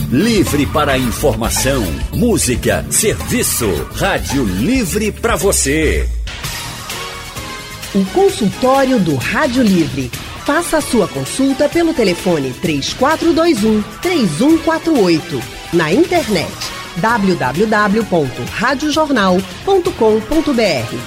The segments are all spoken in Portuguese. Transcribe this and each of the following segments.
Livre para informação, música, serviço. Rádio Livre para você. O consultório do Rádio Livre. Faça a sua consulta pelo telefone 3421-3148. Na internet www.radiojornal.com.br.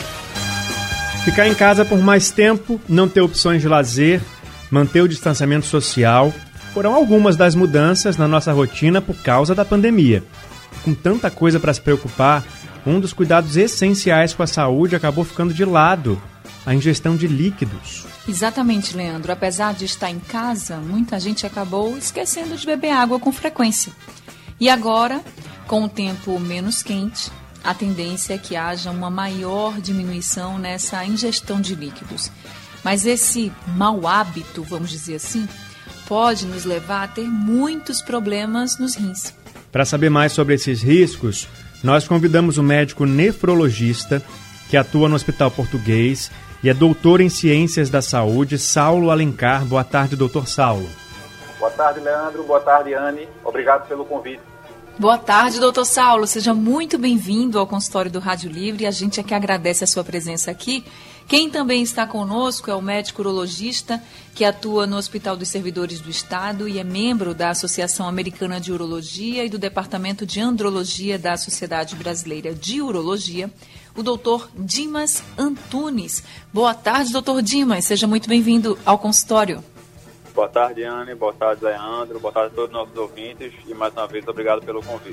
Ficar em casa por mais tempo, não ter opções de lazer, manter o distanciamento social, foram algumas das mudanças na nossa rotina por causa da pandemia. Com tanta coisa para se preocupar, um dos cuidados essenciais com a saúde acabou ficando de lado: a ingestão de líquidos. Exatamente, Leandro. Apesar de estar em casa, muita gente acabou esquecendo de beber água com frequência. E agora, com o tempo menos quente, a tendência é que haja uma maior diminuição nessa ingestão de líquidos. Mas esse mau hábito, vamos dizer assim, pode nos levar a ter muitos problemas nos rins. Para saber mais sobre esses riscos, nós convidamos o médico nefrologista que atua no Hospital Português e é doutor em Ciências da Saúde, Saulo Alencar. Boa tarde, doutor Saulo. Boa tarde, Leandro. Boa tarde, Anne. Obrigado pelo convite. Boa tarde, doutor Saulo. Seja muito bem-vindo ao consultório do Rádio Livre. A gente é que agradece a sua presença aqui. Quem também está conosco é o médico urologista que atua no Hospital dos Servidores do Estado e é membro da Associação Americana de Urologia e do Departamento de Andrologia da Sociedade Brasileira de Urologia, o doutor Dimas Antunes. Boa tarde, doutor Dimas. Seja muito bem-vindo ao consultório. Boa tarde, Anne. Boa tarde, Leandro. Boa tarde a todos os nossos ouvintes. E, mais uma vez, obrigado pelo convite.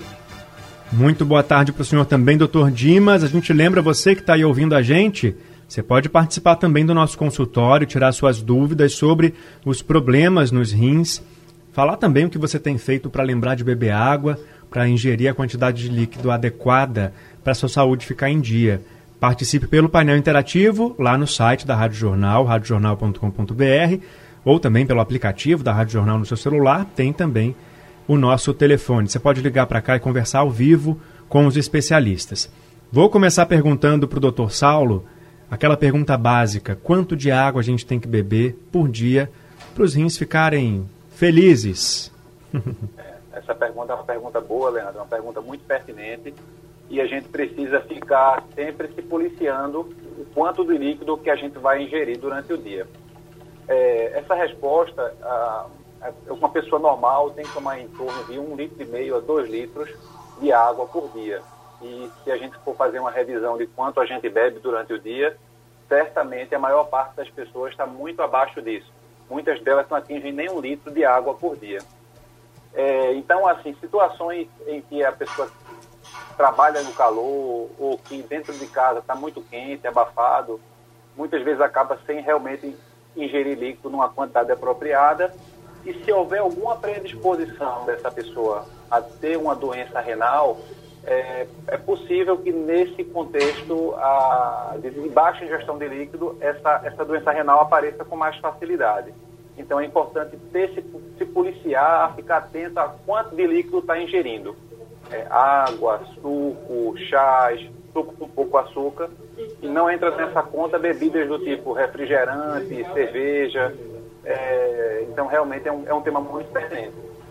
Muito boa tarde para o senhor também, doutor Dimas. A gente lembra você que está aí ouvindo a gente, você pode participar também do nosso consultório, tirar suas dúvidas sobre os problemas nos rins, falar também o que você tem feito para lembrar de beber água, para ingerir a quantidade de líquido adequada para a sua saúde ficar em dia. Participe pelo painel interativo lá no site da Rádio Jornal, radiojornal.com.br, ou também pelo aplicativo da Rádio Jornal no seu celular. Tem também o nosso telefone. Você pode ligar para cá e conversar ao vivo com os especialistas. Vou começar perguntando para o doutor Saulo aquela pergunta básica: quanto de água a gente tem que beber por dia para os rins ficarem felizes? Essa pergunta é uma pergunta boa, Leandro, uma pergunta muito pertinente, e a gente precisa ficar sempre se policiando o quanto de líquido que a gente vai ingerir durante o dia. Essa resposta, uma pessoa normal tem que tomar em torno de 1,5 litro a 2 litros de água por dia. E se a gente for fazer uma revisão de quanto a gente bebe durante o dia, certamente a maior parte das pessoas está muito abaixo disso. Muitas delas não atingem nem 1 litro de água por dia. Então, assim, situações em que a pessoa trabalha no calor ou que dentro de casa está muito quente, abafado, muitas vezes acaba sem realmente ingerir líquido numa quantidade apropriada. E se houver alguma predisposição dessa pessoa a ter uma doença renal, é possível que nesse contexto de baixa ingestão de líquido, essa doença renal apareça com mais facilidade. Então é importante se policiar, ficar atento a quanto de líquido está ingerindo. Água, suco, chás, suco com pouco açúcar. E não entra nessa conta bebidas do tipo refrigerante, cerveja. Então realmente é um tema muito pertinente.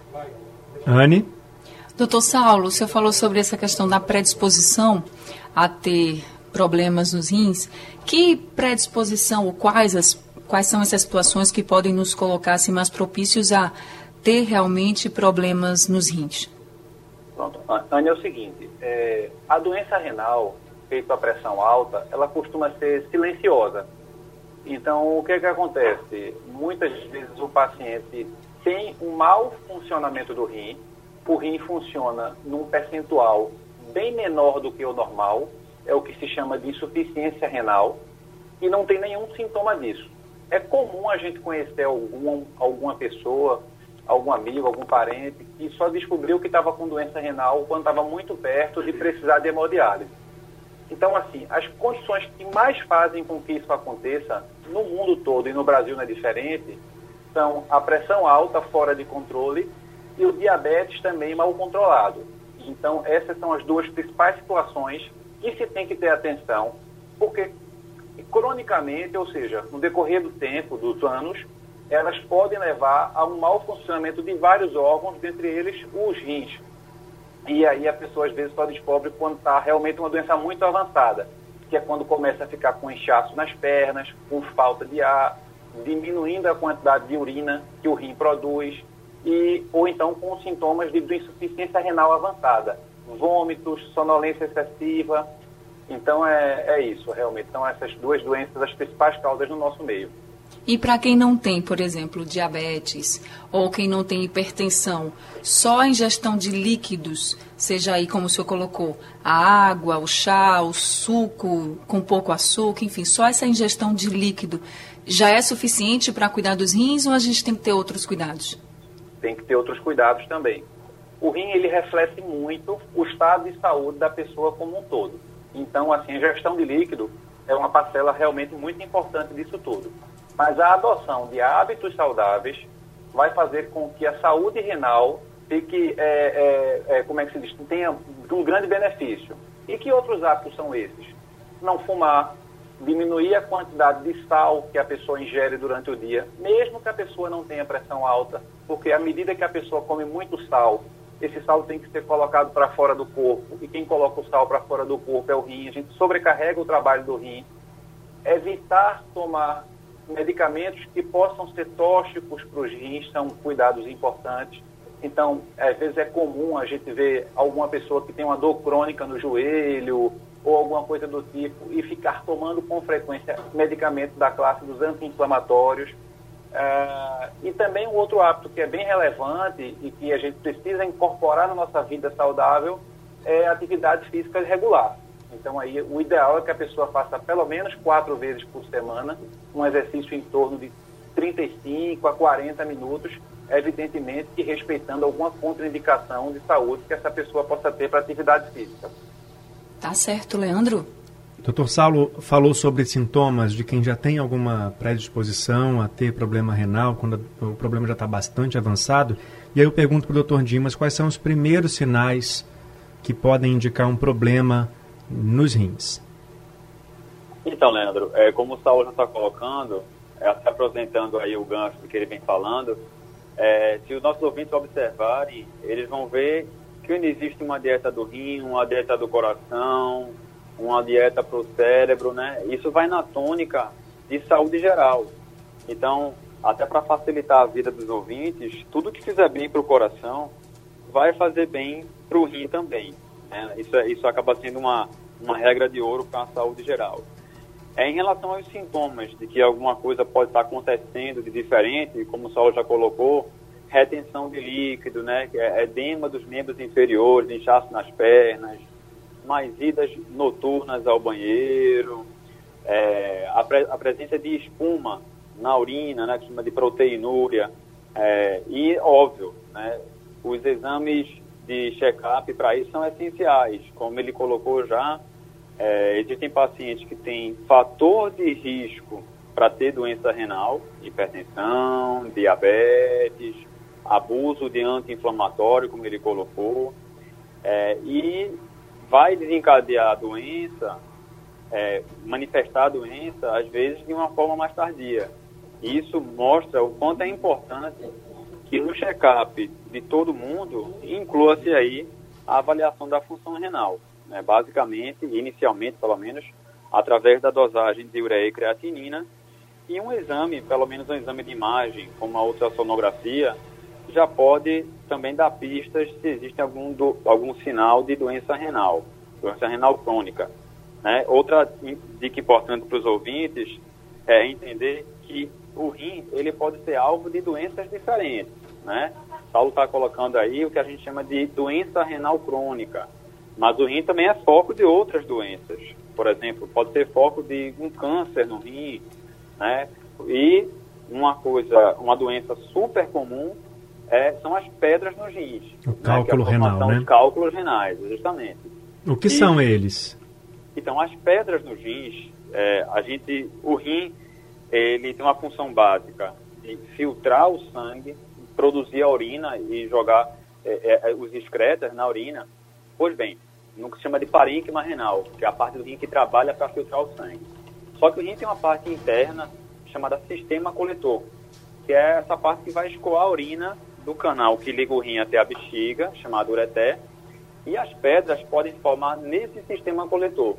Anne? Doutor Saulo, o senhor falou sobre essa questão da predisposição a ter problemas nos rins. Que predisposição ou quais são essas situações que podem nos colocar assim, mais propícios a ter realmente problemas nos rins? Pronto. Anne, é o seguinte, a doença renal, feita a pressão alta, ela costuma ser silenciosa. Então, o que acontece? Muitas vezes o paciente tem um mau funcionamento do rim. O rim funciona num percentual bem menor do que o normal, é o que se chama de insuficiência renal, e não tem nenhum sintoma disso. É comum a gente conhecer alguma pessoa, algum amigo, algum parente, que só descobriu que estava com doença renal quando estava muito perto de precisar de hemodiálise. Então, assim, as condições que mais fazem com que isso aconteça, no mundo todo e no Brasil não é diferente, são a pressão alta fora de controle e o diabetes também mal controlado. Então, essas são as duas principais situações que se tem que ter atenção, porque cronicamente, ou seja, no decorrer do tempo, dos anos, elas podem levar a um mau funcionamento de vários órgãos, dentre eles os rins. E aí a pessoa às vezes só descobre quando está realmente uma doença muito avançada, que é quando começa a ficar com inchaço nas pernas, com falta de ar, diminuindo a quantidade de urina que o rim produz, ou então com sintomas de insuficiência renal avançada, vômitos, sonolência excessiva. Então é isso, realmente. São essas duas doenças as principais causas no nosso meio. E para quem não tem, por exemplo, diabetes ou quem não tem hipertensão, só a ingestão de líquidos, seja aí como o senhor colocou, a água, o chá, o suco com pouco açúcar, enfim, só essa ingestão de líquido já é suficiente para cuidar dos rins ou a gente tem que ter outros cuidados? Tem que ter outros cuidados também. O rim, ele reflete muito o estado de saúde da pessoa como um todo. Então, assim, a ingestão de líquido é uma parcela realmente muito importante disso tudo. Mas a adoção de hábitos saudáveis vai fazer com que a saúde renal fique, como é que se diz, tenha um grande benefício. E que outros hábitos são esses? Não fumar, diminuir a quantidade de sal que a pessoa ingere durante o dia, mesmo que a pessoa não tenha pressão alta, porque à medida que a pessoa come muito sal, esse sal tem que ser colocado para fora do corpo, e quem coloca o sal para fora do corpo é o rim. A gente sobrecarrega o trabalho do rim. Evitar tomar medicamentos que possam ser tóxicos para os rins são cuidados importantes. Então, às vezes é comum a gente ver alguma pessoa que tem uma dor crônica no joelho ou alguma coisa do tipo e ficar tomando com frequência medicamentos da classe dos anti-inflamatórios. E também um outro hábito que é bem relevante e que a gente precisa incorporar na nossa vida saudável é a atividade física regular. Então, aí, o ideal é que a pessoa faça pelo menos 4 vezes por semana um exercício em torno de 35 a 40 minutos, evidentemente que respeitando alguma contraindicação de saúde que essa pessoa possa ter para atividade física. Tá certo, Leandro. Dr. Saulo falou sobre sintomas de quem já tem alguma predisposição a ter problema renal, quando o problema já está bastante avançado. E aí eu pergunto para o Dr. Dimas quais são os primeiros sinais que podem indicar um problema nos rins. Então, Leandro, como o Saulo já está colocando, até apresentando aí o gancho do que ele vem falando, se os nossos ouvintes observarem, eles vão ver que não existe uma dieta do rim, uma dieta do coração, uma dieta para o cérebro, né? Isso vai na tônica de saúde geral. Então, até para facilitar a vida dos ouvintes, tudo que fizer bem para o coração vai fazer bem para o rim também. Isso acaba sendo uma regra de ouro para a saúde geral. Em relação aos sintomas de que alguma coisa pode estar acontecendo de diferente, como o Saulo já colocou, retenção de líquido, né, edema dos membros inferiores, inchaço nas pernas, mais idas noturnas ao banheiro, a presença de espuma na urina, né, que chama de proteinúria, e, óbvio, né, os exames de check-up para isso são essenciais. Como ele colocou já, existem pacientes que têm fator de risco para ter doença renal, hipertensão, diabetes, abuso de anti-inflamatório, como ele colocou, e vai desencadear a doença, manifestar a doença, às vezes, de uma forma mais tardia. E isso mostra o quanto é importante que no check-up de todo mundo inclua-se aí a avaliação da função renal, né? Basicamente, inicialmente, pelo menos, através da dosagem de ureia e creatinina, e um exame, pelo menos um exame de imagem, como a ultrassonografia, já pode também dar pistas se existe algum sinal de doença renal crônica, né? Outra dica importante para os ouvintes é entender que o rim, ele pode ser alvo de doenças diferentes, né? Saulo está colocando aí o que a gente chama de doença renal crônica, mas o rim também é foco de outras doenças. Por exemplo, pode ser foco de um câncer no rim, né? E uma doença super comum são as pedras nos rins. O cálculo renal, né? Os cálculos renais, justamente. O que são eles? Então, as pedras nos rins, o rim, ele tem uma função básica de filtrar o sangue, produzir a urina e jogar os excretas na urina. Pois bem, no que se chama de parênquima renal, que é a parte do rim que trabalha para filtrar o sangue. Só que o rim tem uma parte interna chamada sistema coletor. que é essa parte que vai escoar a urina do canal que liga o rim até a bexiga, chamado ureter, e as pedras podem se formar nesse sistema coletor.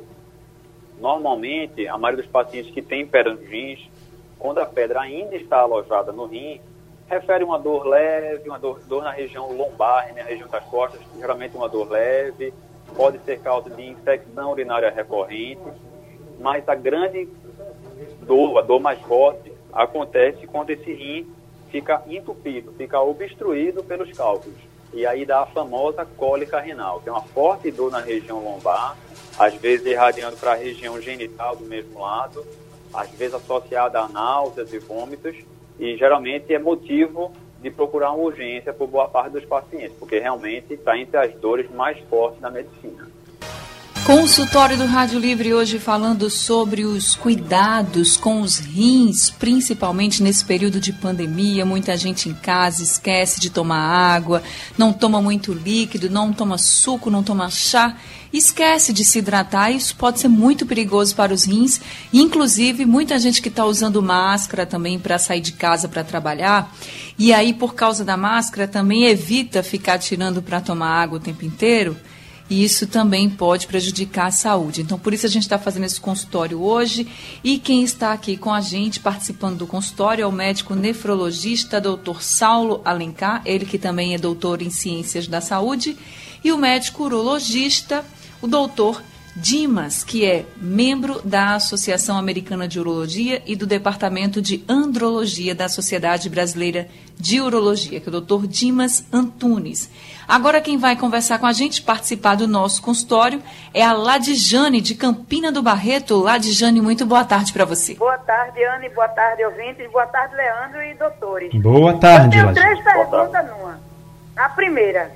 Normalmente, a maioria dos pacientes que têm pedra nos rins, quando a pedra ainda está alojada no rim, refere uma dor leve, uma dor na região lombar, na região das costas, geralmente uma dor leve, pode ser causa de infecção urinária recorrente, mas a grande dor, a dor mais forte, acontece quando esse rim fica entupido, fica obstruído pelos cálculos. E aí dá a famosa cólica renal, que é uma forte dor na região lombar, às vezes irradiando para a região genital do mesmo lado, às vezes associada a náuseas e vômitos, e geralmente é motivo de procurar uma urgência por boa parte dos pacientes, porque realmente está entre as dores mais fortes da medicina. Consultório do Rádio Livre hoje falando sobre os cuidados com os rins, principalmente nesse período de pandemia. Muita gente em casa esquece de tomar água, não toma muito líquido, não toma suco, não toma chá, esquece de se hidratar. Isso pode ser muito perigoso para os rins. Inclusive, muita gente que está usando máscara também para sair de casa para trabalhar, e aí por causa da máscara também evita ficar tirando para tomar água o tempo inteiro. E isso também pode prejudicar a saúde. Então, por isso a gente está fazendo esse consultório hoje. E quem está aqui com a gente, participando do consultório, é o médico nefrologista, doutor Saulo Alencar, ele que também é doutor em Ciências da Saúde, e o médico urologista, o doutor Dimas, que é membro da Associação Americana de Urologia e do Departamento de Andrologia da Sociedade Brasileira de Urologia, que é o doutor Dimas Antunes. Agora quem vai conversar com a gente, participar do nosso consultório, é a Ladjane, de Campina do Barreto. Ladjane, muito boa tarde para você. Boa tarde, Anne, boa tarde, ouvintes, boa tarde, Leandro e doutores. Boa tarde, Eu tenho 3 perguntas numa. A primeira,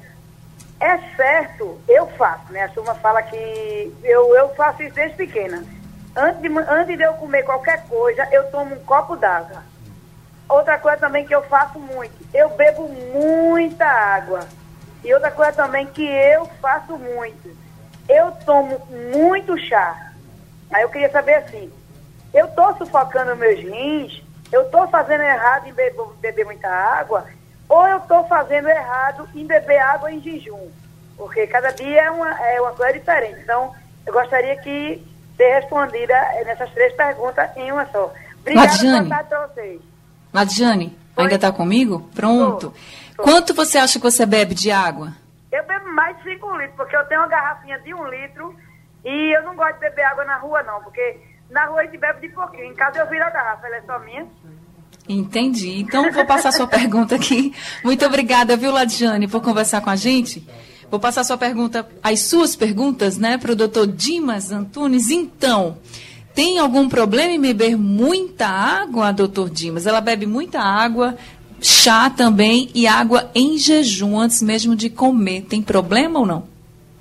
é certo, eu faço, né? A turma fala que eu faço isso desde pequena. Antes de eu comer qualquer coisa, eu tomo um copo d'água. Outra coisa também que eu faço muito, eu bebo muita água. E outra coisa também que eu faço muito, eu tomo muito chá. Aí eu queria saber assim, eu estou sufocando meus rins, eu estou fazendo errado em beber muita água, ou eu estou fazendo errado em beber água em jejum? Porque cada dia é uma coisa diferente. Então, eu gostaria que ser respondida nessas 3 perguntas em uma só. Obrigada, boa tarde para vocês. Ladjane, ainda está comigo? Pronto. Tô. Quanto você acha que você bebe de água? Eu bebo mais de 5 litros, porque eu tenho uma garrafinha de 1 litro e eu não gosto de beber água na rua, não, porque na rua a gente bebe de pouquinho. Em casa eu viro a garrafa, ela é só minha. Entendi. Então, vou passar a sua pergunta aqui. Muito obrigada, viu, Ladjane, por conversar com a gente. Vou passar a sua pergunta, as suas perguntas, né, para o doutor Dimas Antunes. Então, tem algum problema em beber muita água, doutor Dimas? Ela bebe muita água, chá também e água em jejum, antes mesmo de comer. Tem problema ou não?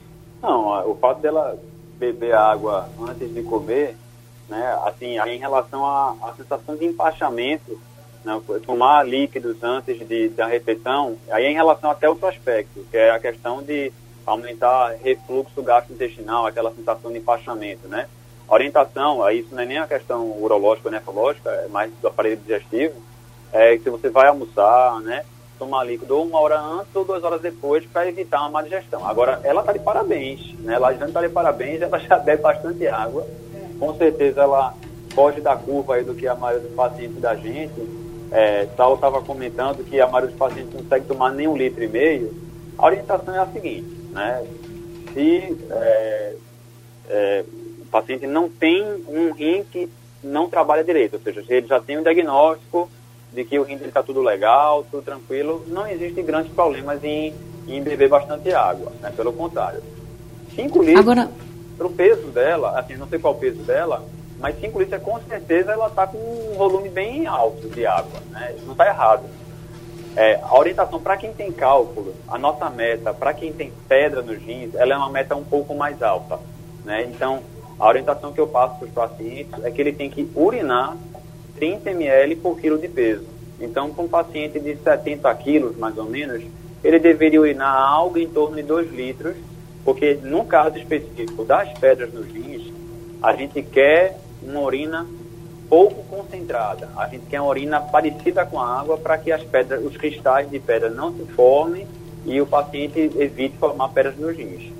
Não, o fato dela beber água antes de comer, né, assim, aí em relação à sensação de empachamento, né, tomar líquidos antes da refeição, aí em relação até outro aspecto, que é a questão de aumentar refluxo gastrointestinal, aquela sensação de empachamento, né? A orientação, aí isso não é nem a questão urológica ou nefrológica, é mais do aparelho digestivo, é que se você vai almoçar, né, tomar líquido ou 1 hora antes ou 2 horas depois para evitar uma má digestão. Agora, ela está de parabéns, né? Ela já está de parabéns, ela já bebe bastante água. Com certeza ela foge da curva aí do que a maioria dos pacientes da gente. Saulo estava comentando que a maioria dos pacientes não consegue tomar nem 1,5 litro. A orientação é a seguinte, né? Se o paciente não tem um rim que não trabalha direito, ou seja, se ele já tem um diagnóstico de que o rim dele está tudo legal, tudo tranquilo, não existem grandes problemas em beber bastante água, né? Pelo contrário. 5 litros, agora, o peso dela, assim, não sei qual o peso dela, mas 5 litros, com certeza, ela está com um volume bem alto de água, né? Não está errado. A orientação para quem tem cálculo, a nossa meta, para quem tem pedra nos rins, ela é uma meta um pouco mais alta, né? Então, a orientação que eu passo para os pacientes é que ele tem que urinar 30 ml por quilo de peso. Então, para um paciente de 70 quilos, mais ou menos, ele deveria urinar algo em torno de 2 litros, porque no caso específico das pedras nos rins, a gente quer uma urina pouco concentrada. A gente quer uma urina parecida com a água para que os cristais de pedra não se formem e o paciente evite formar pedras nos rins.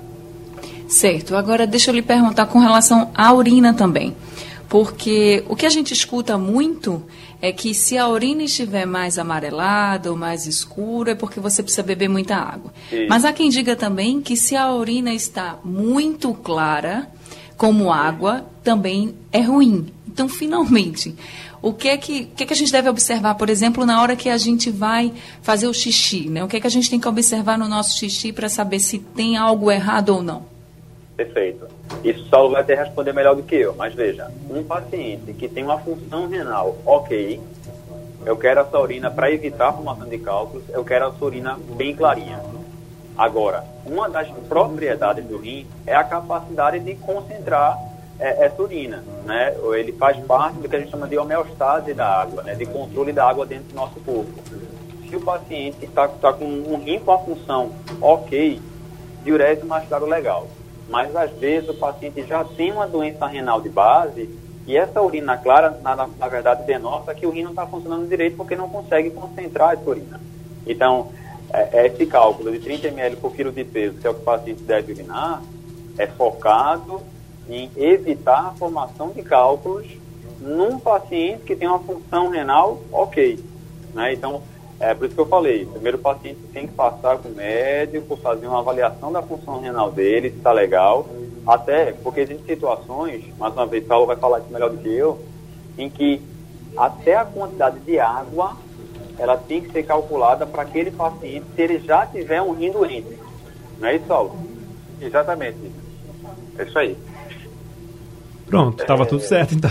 Certo. Agora, deixa eu lhe perguntar com relação à urina também. Porque o que a gente escuta muito é que se a urina estiver mais amarelada ou mais escura é porque você precisa beber muita água. Sim. Mas há quem diga também que se a urina está muito clara, como água, também é ruim. Então, finalmente, o que é que a gente deve observar, por exemplo, na hora que a gente vai fazer o xixi, né? O que é que a gente tem que observar no nosso xixi para saber se tem algo errado ou não? Perfeito. Isso o Saulo vai ter responder melhor do que eu, mas veja, um paciente que tem uma função renal ok, eu quero essa urina para evitar a formação de cálculos, eu quero essa urina bem clarinha. Agora, uma das propriedades do rim é a capacidade de concentrar essa urina, né? Ele faz parte do que a gente chama de homeostase da água, né? De controle da água dentro do nosso corpo. Se o paciente está com um rim com a função ok, diurese mais claro legal. Mas às vezes o paciente já tem uma doença renal de base e essa urina clara, na verdade, denota que o rim não está funcionando direito porque não consegue concentrar essa urina. Então, esse cálculo de 30 ml por quilo de peso, que é o que o paciente deve urinar, é focado em evitar a formação de cálculos num paciente que tem uma função renal ok, né? Então, por isso que eu falei, primeiro o paciente tem que passar com o médico, fazer uma avaliação da função renal dele, se está legal, até porque existem situações, mais uma vez, o Paulo vai falar isso melhor do que eu, em que até a quantidade de água, ela tem que ser calculada para aquele paciente se ele já tiver um rim doente. Não é isso, Paulo? Exatamente. É isso aí. Pronto, estava tudo certo, então.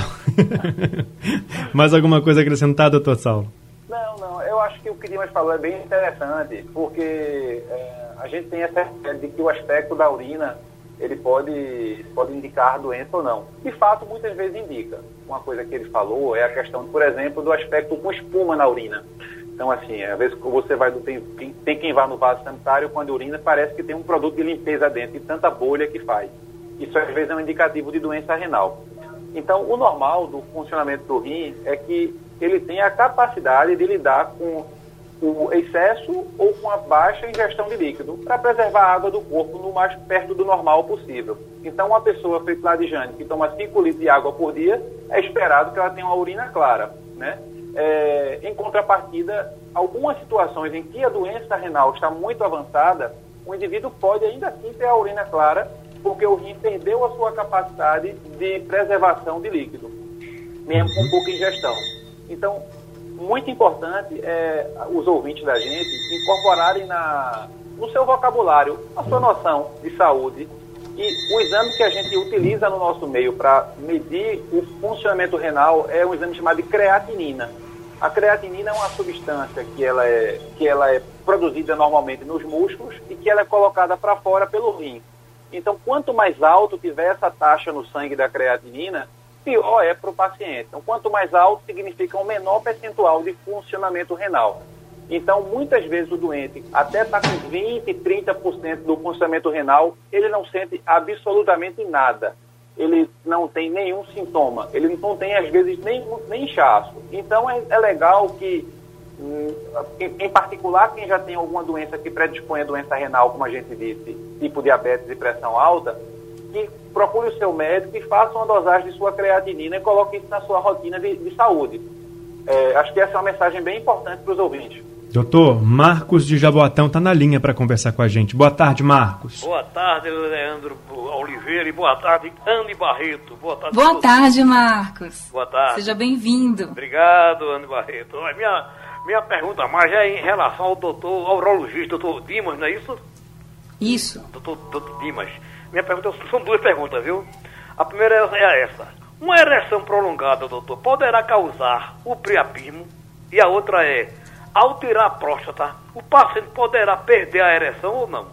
Mais alguma coisa a acrescentar, doutor Saulo? Não, eu acho que o que o Dimas falou é bem interessante, porque a gente tem essa ideia de que o aspecto da urina, ele pode indicar doença ou não. De fato, muitas vezes indica. Uma coisa que ele falou é a questão, por exemplo, do aspecto com espuma na urina. Então, assim, às vezes você vai, tem quem vá no vaso sanitário, quando urina, parece que tem um produto de limpeza dentro, e tanta bolha que faz. Isso, às vezes, é um indicativo de doença renal. Então, o normal do funcionamento do rim é que ele tem a capacidade de lidar com o excesso ou com a baixa ingestão de líquido para preservar a água do corpo no mais perto do normal possível. Então, uma pessoa feita lá de Jane que toma 5 litros de água por dia, é esperado que ela tenha uma urina clara, né? Em contrapartida, algumas situações em que a doença renal está muito avançada, o indivíduo pode ainda assim ter a urina clara, porque o rim perdeu a sua capacidade de preservação de líquido, mesmo com pouca ingestão. Então, muito importante é os ouvintes da gente incorporarem no seu vocabulário a sua noção de saúde, e o exame que a gente utiliza no nosso meio para medir o funcionamento renal é um exame chamado de creatinina. A creatinina é uma substância que ela é produzida normalmente nos músculos e que ela é colocada para fora pelo rim. Então, quanto mais alto tiver essa taxa no sangue da creatinina, pior é para o paciente. Então, quanto mais alto, significa um menor percentual de funcionamento renal. Então, muitas vezes o doente até está com 20%, 30% do funcionamento renal, ele não sente absolutamente nada. Ele não tem nenhum sintoma. Ele não tem, às vezes, nem inchaço. Então, é legal que, em particular, quem já tem alguma doença que predispõe a doença renal, como a gente disse, tipo diabetes e pressão alta, que procure o seu médico e faça uma dosagem de sua creatinina e coloque isso na sua rotina de saúde. Acho que essa é uma mensagem bem importante para os ouvintes. Doutor, Marcos de Jaboatão está na linha para conversar com a gente. Boa tarde, Marcos. Boa tarde, Leandro Oliveira, e boa tarde, Anne Barreto. Boa tarde, Marcos. Boa tarde. Seja bem-vindo. Obrigado, Anne Barreto. Minha pergunta mais é em relação ao ao urologista, doutor Dimas, não é isso? Isso. Doutor Dimas. Minha pergunta são duas perguntas, viu? A primeira é essa. Uma ereção prolongada, doutor, poderá causar o priapismo? E a outra é, ao tirar a próstata, o paciente poderá perder a ereção ou não?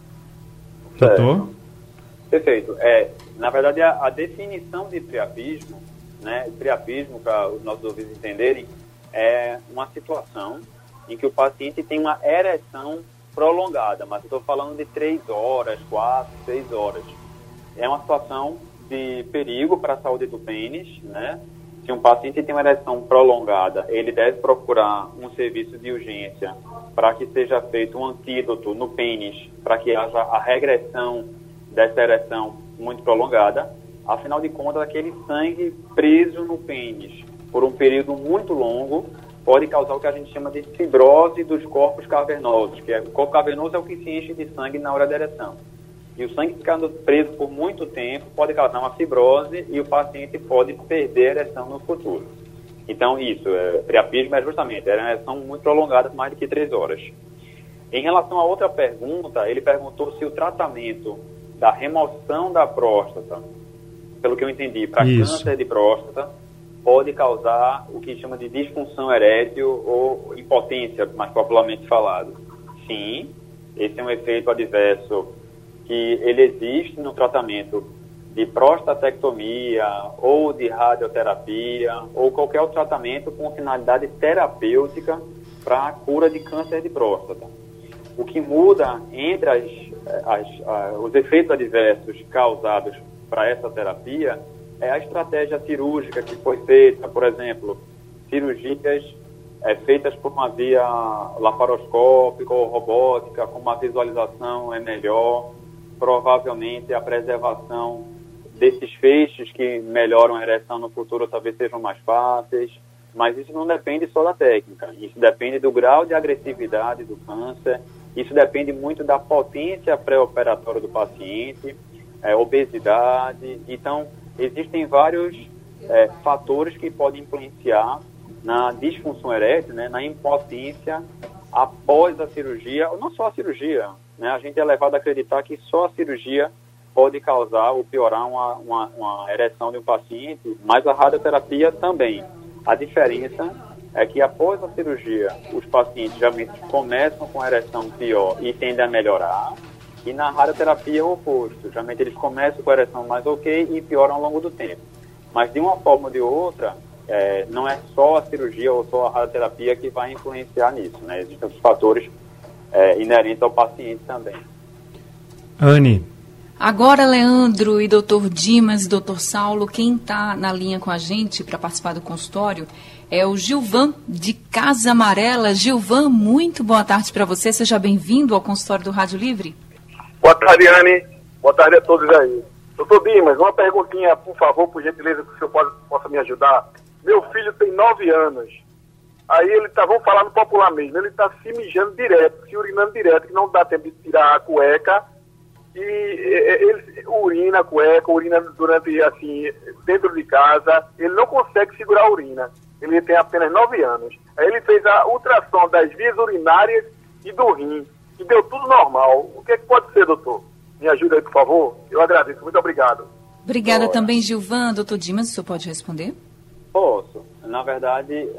Doutor? Perfeito. Na verdade, a definição de priapismo, né? Priapismo, para os nossos ouvintes entenderem, é uma situação em que o paciente tem uma ereção prolongada, mas eu estou falando de 3 horas, 4, 6 horas. É uma situação de perigo para a saúde do pênis, né? se um paciente tem uma ereção prolongada, ele deve procurar um serviço de urgência para que seja feito um antídoto no pênis, para que haja a regressão dessa ereção muito prolongada. Afinal de contas, aquele sangue preso no pênis por um período muito longo pode causar o que a gente chama de fibrose dos corpos cavernosos, que o corpo cavernoso é o que se enche de sangue na hora da ereção. E o sangue ficando preso por muito tempo pode causar uma fibrose e o paciente pode perder a ereção no futuro. Então, priapismo é justamente a ereção muito prolongada, mais do que 3 horas. Em relação a outra pergunta, ele perguntou se o tratamento da remoção da próstata, pelo que eu entendi, para câncer de próstata, pode causar o que chama de disfunção erétil ou impotência, mais popularmente falado. Sim, esse é um efeito adverso que ele existe no tratamento de prostatectomia ou de radioterapia ou qualquer outro tratamento com finalidade terapêutica para a cura de câncer de próstata. O que muda entre os efeitos adversos causados para essa terapia é a estratégia cirúrgica que foi feita, por exemplo, cirurgias feitas por uma via laparoscópica ou robótica, com uma visualização melhor, provavelmente a preservação desses feixes que melhoram a ereção no futuro talvez sejam mais fáceis, mas isso não depende só da técnica, isso depende do grau de agressividade do câncer, isso depende muito da potência pré-operatória do paciente, obesidade. Então, existem vários fatores que podem influenciar na disfunção erétil, né, na impotência após a cirurgia, ou não só a cirurgia, né? A gente é levado a acreditar que só a cirurgia pode causar ou piorar uma ereção de um paciente, mas a radioterapia também. A diferença é que após a cirurgia, os pacientes geralmente começam com a ereção pior e tendem a melhorar, e na radioterapia é o oposto. Geralmente eles começam com a ereção mais ok e pioram ao longo do tempo. Mas de uma forma ou de outra, não é só a cirurgia ou só a radioterapia que vai influenciar nisso, né? Existem outros fatores inerentes ao paciente também. Anne. Agora, Leandro e Dr. Dimas e Dr. Saulo, quem está na linha com a gente para participar do consultório é o Gilvan, de Casa Amarela. Gilvan, muito boa tarde para você. Seja bem-vindo ao consultório do Rádio Livre. Boa tarde, Anne. Boa tarde a todos aí. Doutor Dimas, uma perguntinha, por favor, por gentileza, que o senhor possa me ajudar. Meu filho tem 9 anos. Aí ele vamos falar no popular mesmo, ele está se mijando direto, se urinando direto, que não dá tempo de tirar a cueca. E ele urina a cueca, urina durante, assim, dentro de casa. Ele não consegue segurar a urina. Ele tem apenas 9 anos. Aí ele fez a ultrassom das vias urinárias e do rim. E deu tudo normal. O que é que pode ser, doutor? Me ajuda aí, por favor. Eu agradeço. Muito obrigado. Obrigada também, Gilvan. Doutor Dimas, o senhor pode responder? Posso. Na verdade,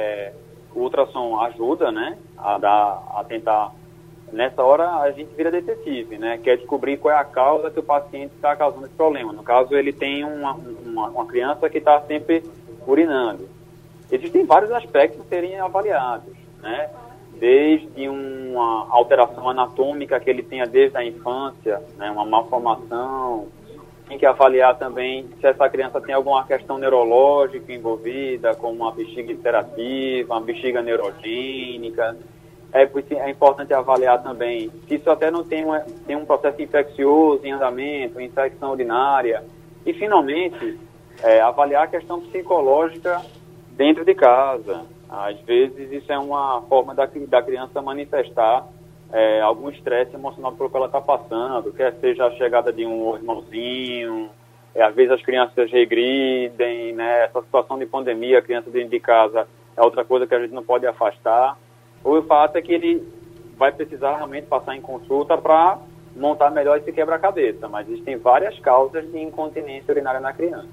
o ultrassom ajuda, né, a tentar... Nessa hora, a gente vira detetive, né? Quer descobrir qual é a causa que o paciente está causando esse problema. No caso, ele tem uma criança que está sempre urinando. Existem vários aspectos a serem avaliados, né? Desde uma alteração anatômica que ele tenha desde a infância, né? Uma malformação. Tem que avaliar também se essa criança tem alguma questão neurológica envolvida, como uma bexiga hiperativa, uma bexiga neurogênica. É importante avaliar também se isso até não tem um processo infeccioso em andamento, infecção urinária. E, finalmente, avaliar a questão psicológica dentro de casa. Às vezes, isso é uma forma da criança manifestar algum estresse emocional pelo que ela está passando, quer seja a chegada de um irmãozinho, às vezes as crianças regridem, né? Essa situação de pandemia, a criança dentro de casa é outra coisa que a gente não pode afastar. O fato é que ele vai precisar realmente passar em consulta para montar melhor esse quebra-cabeça, mas existem várias causas de incontinência urinária na criança.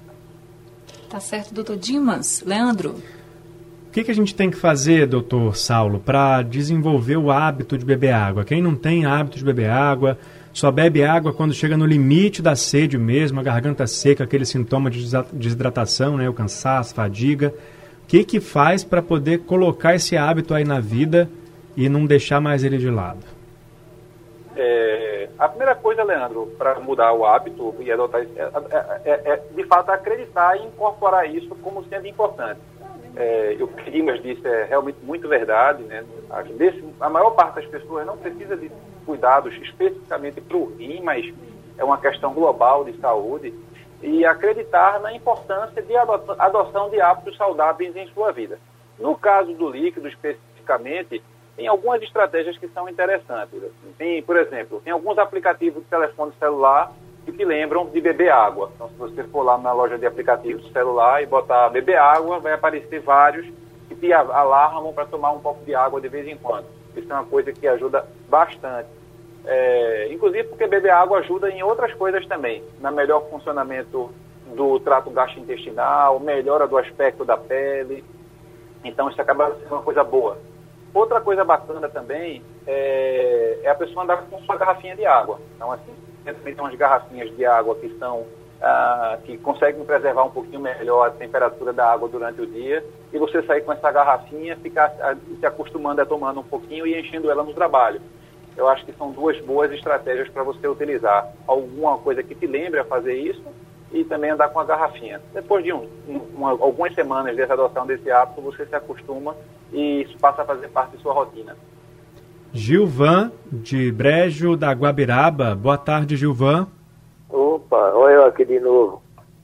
Tá certo, doutor Dimas. Leandro? O que a gente tem que fazer, doutor Saulo, para desenvolver o hábito de beber água? Quem não tem hábito de beber água, só bebe água quando chega no limite da sede mesmo, a garganta seca, aquele sintoma de desidratação, né, o cansaço, fadiga. O que faz para poder colocar esse hábito aí na vida e não deixar mais ele de lado? A primeira coisa, Leandro, para mudar o hábito e adotar isso, de fato, acreditar e incorporar isso como sendo importante. O que Dimas disse é realmente muito verdade, né? A maior parte das pessoas não precisa de cuidados especificamente para o rim, mas é uma questão global de saúde, e acreditar na importância de adoção de hábitos saudáveis em sua vida. No caso do líquido, especificamente, tem algumas estratégias que são interessantes. Por exemplo, tem alguns aplicativos de telefone celular que te lembram de beber água. Então, se você for lá na loja de aplicativos de celular e botar beber água, vai aparecer vários que te alarmam para tomar um copo de água de vez em quando. Isso é uma coisa que ajuda bastante. Inclusive porque beber água ajuda em outras coisas também. Na melhor funcionamento do trato gastrointestinal, melhora do aspecto da pele. Então, isso acaba sendo uma coisa boa. Outra coisa bacana também é a pessoa andar com sua garrafinha de água. Então, assim, também tem umas garrafinhas de água que são que conseguem preservar um pouquinho melhor a temperatura da água durante o dia, e você sair com essa garrafinha, ficar se acostumando a tomando um pouquinho e enchendo ela no trabalho. Eu acho que são duas boas estratégias para você utilizar alguma coisa que te lembre a fazer isso e também andar com a garrafinha. Depois de algumas semanas dessa adoção desse hábito, você se acostuma e isso passa a fazer parte de sua rotina. Gilvan, de Brejo da Guabiraba. Boa tarde, Gilvan. Opa, olha eu aqui de novo.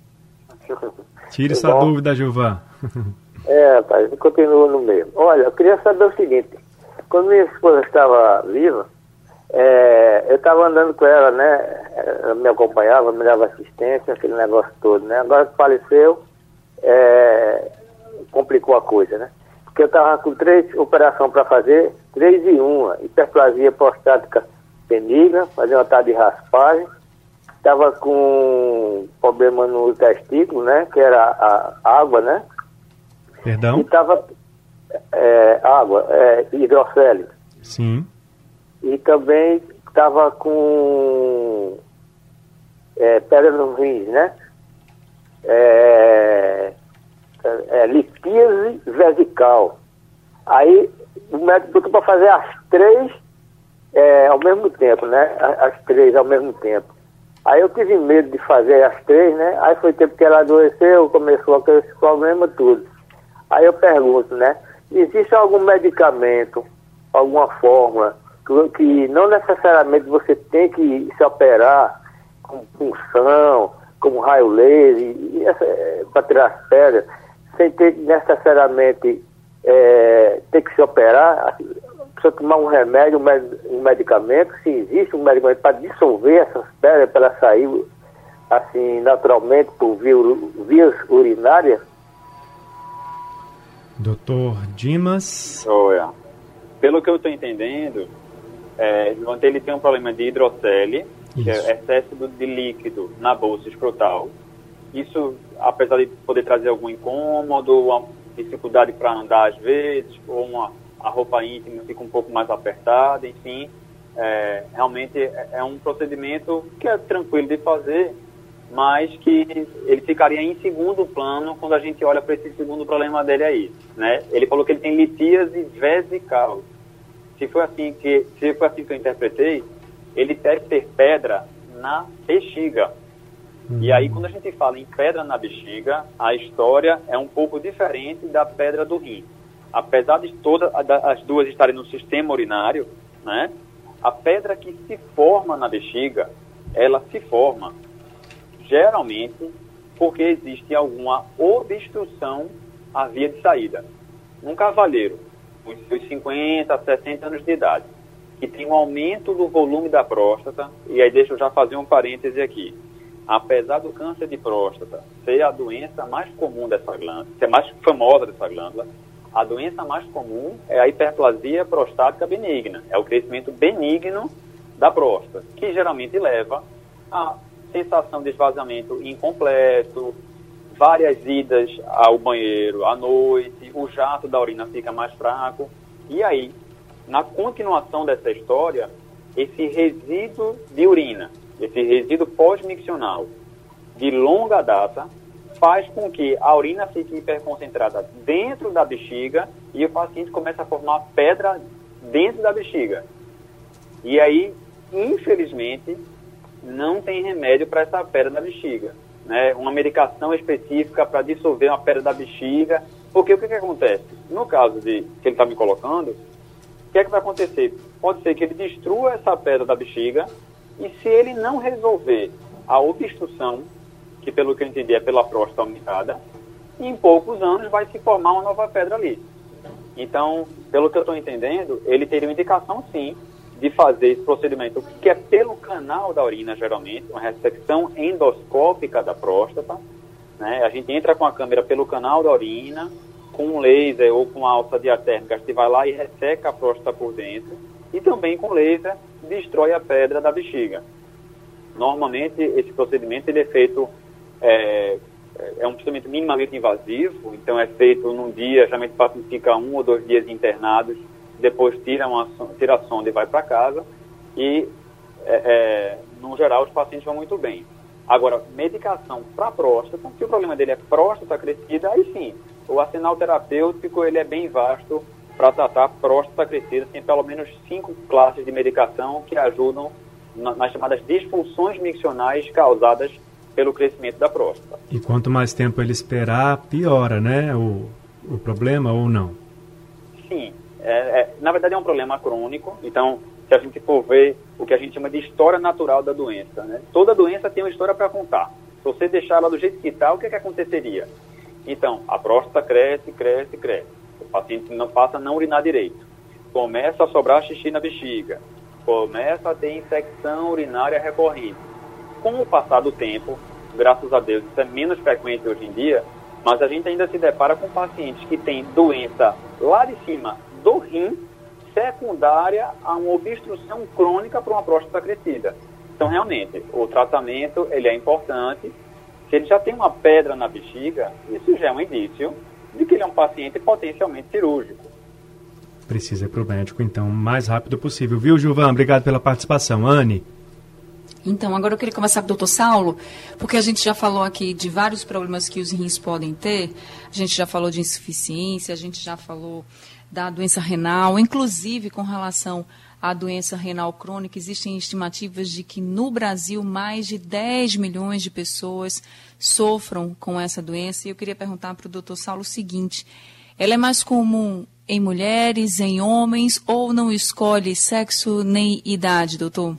Tire essa dúvida, Gilvan. Rapaz, continua no mesmo. Olha, eu queria saber o seguinte. Quando minha esposa estava viva, eu estava andando com ela, né? Ela me acompanhava, me dava assistência, aquele negócio todo, né? Agora que faleceu, complicou a coisa, né? Porque eu estava com 3 operações para fazer, 3 em 1. Hiperplasia prostática benigna, fazer uma tarde de raspagem. Estava com problema no testículo, né? Que era a água, né? Perdão? E estava água, hidrocele. Sim. E também estava com pedra nos rins, né? Litíase vesical. Aí o médico botou para fazer as 3 ao mesmo tempo, né? As 3 ao mesmo tempo. Aí eu tive medo de fazer as 3, né? Aí foi tempo que ela adoeceu, começou aquele problema tudo. Aí eu pergunto, né? Existe algum medicamento, alguma fórmula que não necessariamente você tem que se operar com punção, como raio laser, para tirar as pedras, sem ter necessariamente ter que se operar, precisa tomar um remédio, um medicamento, se existe um medicamento para dissolver essas pedras, para ela sair assim, naturalmente por vias urinárias? Doutor Dimas. Olha, pelo que eu estou entendendo, ele tem um problema de hidrocele, que é excesso de líquido na bolsa escrotal. Isso, apesar de poder trazer algum incômodo, uma dificuldade para andar às vezes, ou a roupa íntima fica um pouco mais apertada, enfim, realmente é um procedimento que é tranquilo de fazer, mas que ele ficaria em segundo plano quando a gente olha para esse segundo problema dele aí, né? Ele falou que ele tem litíase vesical. Se foi assim que eu interpretei, ele deve ter pedra na bexiga. E aí, quando a gente fala em pedra na bexiga, a história é um pouco diferente da pedra do rim. Apesar de todas as duas estarem no sistema urinário, né? A pedra que se forma na bexiga, ela se forma geralmente porque existe alguma obstrução à via de saída. Um cavalheiro, com seus 50, 60 anos de idade, que tem um aumento do volume da próstata, e aí deixa eu já fazer um parêntese aqui. Apesar do câncer de próstata ser a doença mais comum dessa glândula, ser mais famosa dessa glândula, a doença mais comum é a hiperplasia prostática benigna, é o crescimento benigno da próstata, que geralmente leva a sensação de esvaziamento incompleto, várias idas ao banheiro à noite, o jato da urina fica mais fraco. E aí, na continuação dessa história, esse resíduo de urina, esse resíduo pós-miccional de longa data, faz com que a urina fique hiperconcentrada dentro da bexiga e o paciente começa a formar pedra dentro da bexiga. E aí, infelizmente, não tem remédio para essa pedra da bexiga, né? Uma medicação específica para dissolver uma pedra da bexiga, porque o que acontece? No caso que ele está me colocando, o que é que vai acontecer? Pode ser que ele destrua essa pedra da bexiga, e se ele não resolver a obstrução, que pelo que eu entendi é pela próstata aumentada, em poucos anos vai se formar uma nova pedra ali. Então, pelo que eu estou entendendo, ele teria uma indicação, sim, de fazer esse procedimento, que é pelo canal da urina, geralmente, uma ressecção endoscópica da próstata, né? A gente entra com a câmera pelo canal da urina, com um laser ou com alça diatérmica, a gente vai lá e resseca a próstata por dentro, e também com laser destrói a pedra da bexiga. Normalmente, esse procedimento ele é feito, é um procedimento minimamente invasivo, então é feito num dia, geralmente o paciente fica 1 ou 2 dias internados, depois tira a sonda e vai para casa, e, no geral, os pacientes vão muito bem. Agora, medicação para próstata, se o problema dele é próstata crescida, aí sim, o arsenal terapêutico ele é bem vasto para tratar próstata crescida, tem pelo menos 5 classes de medicação que ajudam nas chamadas disfunções miccionais causadas pelo crescimento da próstata. E quanto mais tempo ele esperar, piora, né, o problema ou não? Sim. Na verdade é um problema crônico, então se a gente for ver o que a gente chama de história natural da doença, né? Toda doença tem uma história para contar. Se você deixar ela do jeito que está, o que aconteceria? Então, a próstata cresce, o paciente não passa a não urinar direito, começa a sobrar xixi na bexiga, começa a ter infecção urinária recorrente. Com o passar do tempo, graças a Deus, isso é menos frequente hoje em dia, mas a gente ainda se depara com pacientes que têm doença lá de cima do rim, secundária a uma obstrução crônica para uma próstata crescida. Então, realmente, o tratamento ele é importante. Se ele já tem uma pedra na bexiga, isso já é um indício de que ele é um paciente potencialmente cirúrgico. Precisa ir para o médico, então, o mais rápido possível. Viu, Gilvan? Obrigado pela participação. Anne? Então, agora eu queria conversar com o Dr. Saulo, porque a gente já falou aqui de vários problemas que os rins podem ter. A gente já falou de insuficiência, a gente já falou da doença renal, inclusive com relação à doença renal crônica, existem estimativas de que no Brasil mais de 10 milhões de pessoas sofram com essa doença. E eu queria perguntar para o Dr. Saulo o seguinte: ela é mais comum em mulheres, em homens, ou não escolhe sexo nem idade, doutor?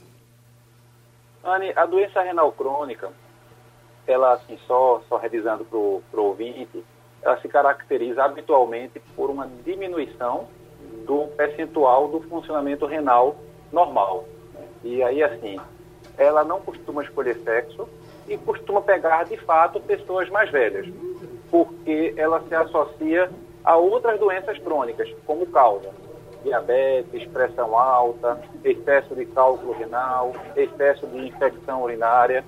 Anne, a doença renal crônica, ela, assim, só revisando para o ouvinte, ela se caracteriza habitualmente por uma diminuição do percentual do funcionamento renal normal, né? E aí, assim, ela não costuma escolher sexo e costuma pegar, de fato, pessoas mais velhas, porque ela se associa a outras doenças crônicas, como causa diabetes, pressão alta, excesso de cálculo renal, excesso de infecção urinária.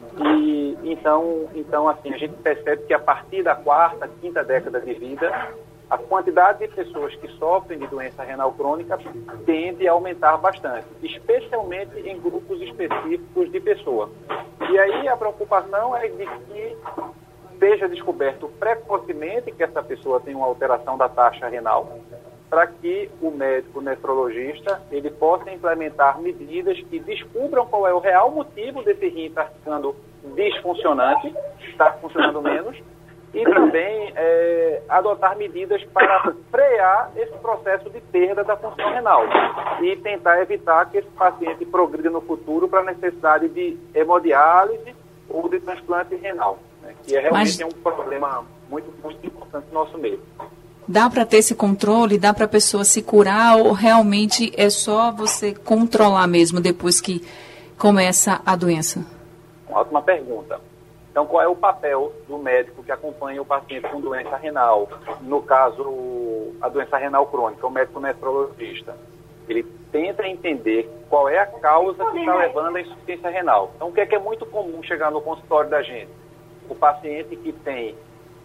E então assim, a gente percebe que a partir da 4ª, 5ª década de vida, a quantidade de pessoas que sofrem de doença renal crônica tende a aumentar bastante, especialmente em grupos específicos de pessoa. E aí a preocupação é de que seja descoberto precocemente que essa pessoa tem uma alteração da taxa renal, para que o médico nefrologista ele possa implementar medidas que descubram qual é o real motivo desse rim estar ficando disfuncionante, estar funcionando menos, e também adotar medidas para frear esse processo de perda da função renal e tentar evitar que esse paciente progrida no futuro para a necessidade de hemodiálise ou de transplante renal, né, que é realmente um problema muito importante no nosso meio. Dá para ter esse controle? Dá para a pessoa se curar ou realmente é só você controlar mesmo depois que começa a doença? Uma ótima pergunta. Então, qual é o papel do médico que acompanha o paciente com doença renal? No caso, a doença renal crônica, o médico nefrologista. Ele tenta entender qual é a causa que está levando à insuficiência renal. Então, o que é muito comum chegar no consultório da gente? O paciente que tem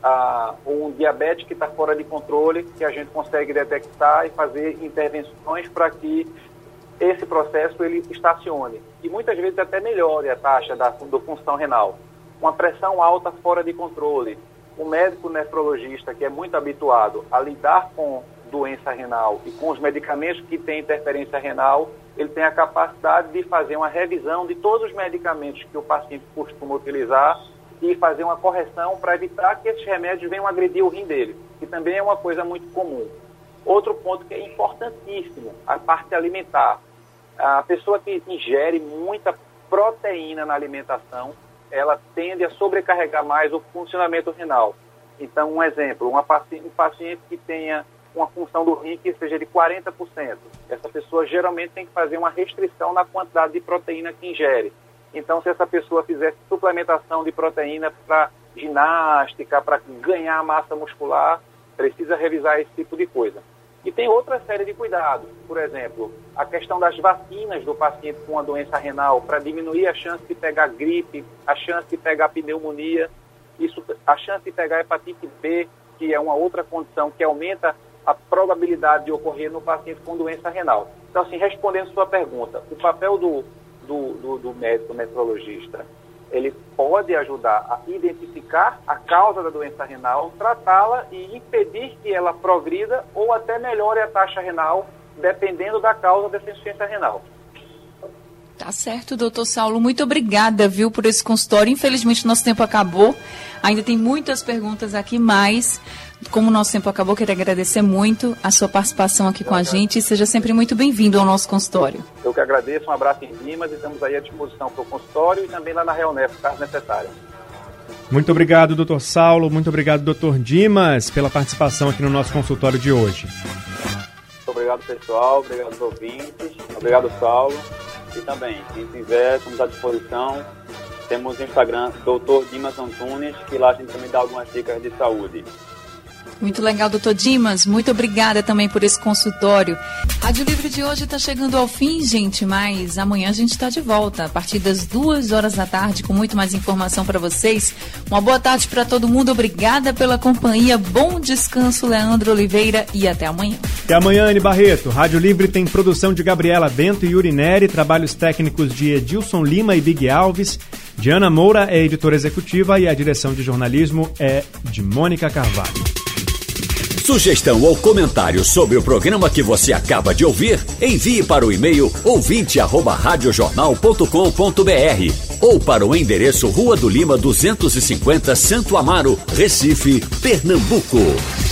um diabetes que está fora de controle, que a gente consegue detectar e fazer intervenções para que esse processo ele estacione. E muitas vezes até melhore a taxa da função renal. Uma pressão alta fora de controle. O médico nefrologista, que é muito habituado a lidar com doença renal e com os medicamentos que têm interferência renal, ele tem a capacidade de fazer uma revisão de todos os medicamentos que o paciente costuma utilizar e fazer uma correção para evitar que esses remédios venham agredir o rim dele, que também é uma coisa muito comum. Outro ponto que é importantíssimo, a parte alimentar. A pessoa que ingere muita proteína na alimentação, ela tende a sobrecarregar mais o funcionamento renal. Então, um exemplo, um paciente que tenha uma função do rim que seja de 40%, essa pessoa geralmente tem que fazer uma restrição na quantidade de proteína que ingere. Então, se essa pessoa fizesse suplementação de proteína para ginástica, para ganhar massa muscular, precisa revisar esse tipo de coisa. E tem outra série de cuidados. Por exemplo, a questão das vacinas do paciente com uma doença renal para diminuir a chance de pegar gripe, a chance de pegar pneumonia, a chance de pegar hepatite B, que é uma outra condição que aumenta a probabilidade de ocorrer no paciente com doença renal. Então, assim, respondendo sua pergunta, o papel do médico nefrologista, ele pode ajudar a identificar a causa da doença renal, tratá-la e impedir que ela progrida ou até melhore a taxa renal, dependendo da causa dessa insuficiência renal. Tá certo, doutor Saulo. Muito obrigada, viu, por esse consultório. Infelizmente, nosso tempo acabou. Ainda tem muitas perguntas aqui, mas como o nosso tempo acabou, quero agradecer muito a sua participação aqui com a gente e seja sempre muito bem-vindo ao nosso consultório. Eu que agradeço, um abraço em Dimas e estamos aí à disposição para o consultório e também lá na Realnef, caso necessário. Muito obrigado, doutor Saulo. Muito obrigado, doutor Dimas, pela participação aqui no nosso consultório de hoje. Muito obrigado, pessoal. Obrigado aos ouvintes. Obrigado, Saulo. E também, quem quiser, estamos à disposição. Temos o Instagram, Dr. Dimas Antunes, que lá a gente também dá algumas dicas de saúde. Muito legal, doutor Dimas. Muito obrigada também por esse consultório. Rádio Livre de hoje está chegando ao fim, gente, mas amanhã a gente está de volta, a partir das 2h da tarde, com muito mais informação para vocês. Uma boa tarde para todo mundo. Obrigada pela companhia. Bom descanso, Leandro Oliveira, e até amanhã. Até amanhã, Anne Barreto. Rádio Livre tem produção de Gabriela Bento e Yuri Neri, trabalhos técnicos de Edilson Lima e Big Alves. Diana Moura é editora executiva e a direção de jornalismo é de Mônica Carvalho. Sugestão ou comentário sobre o programa que você acaba de ouvir, envie para o e-mail ouvinte@radiojornal.com.br ou para o endereço Rua do Lima 250, Santo Amaro, Recife, Pernambuco.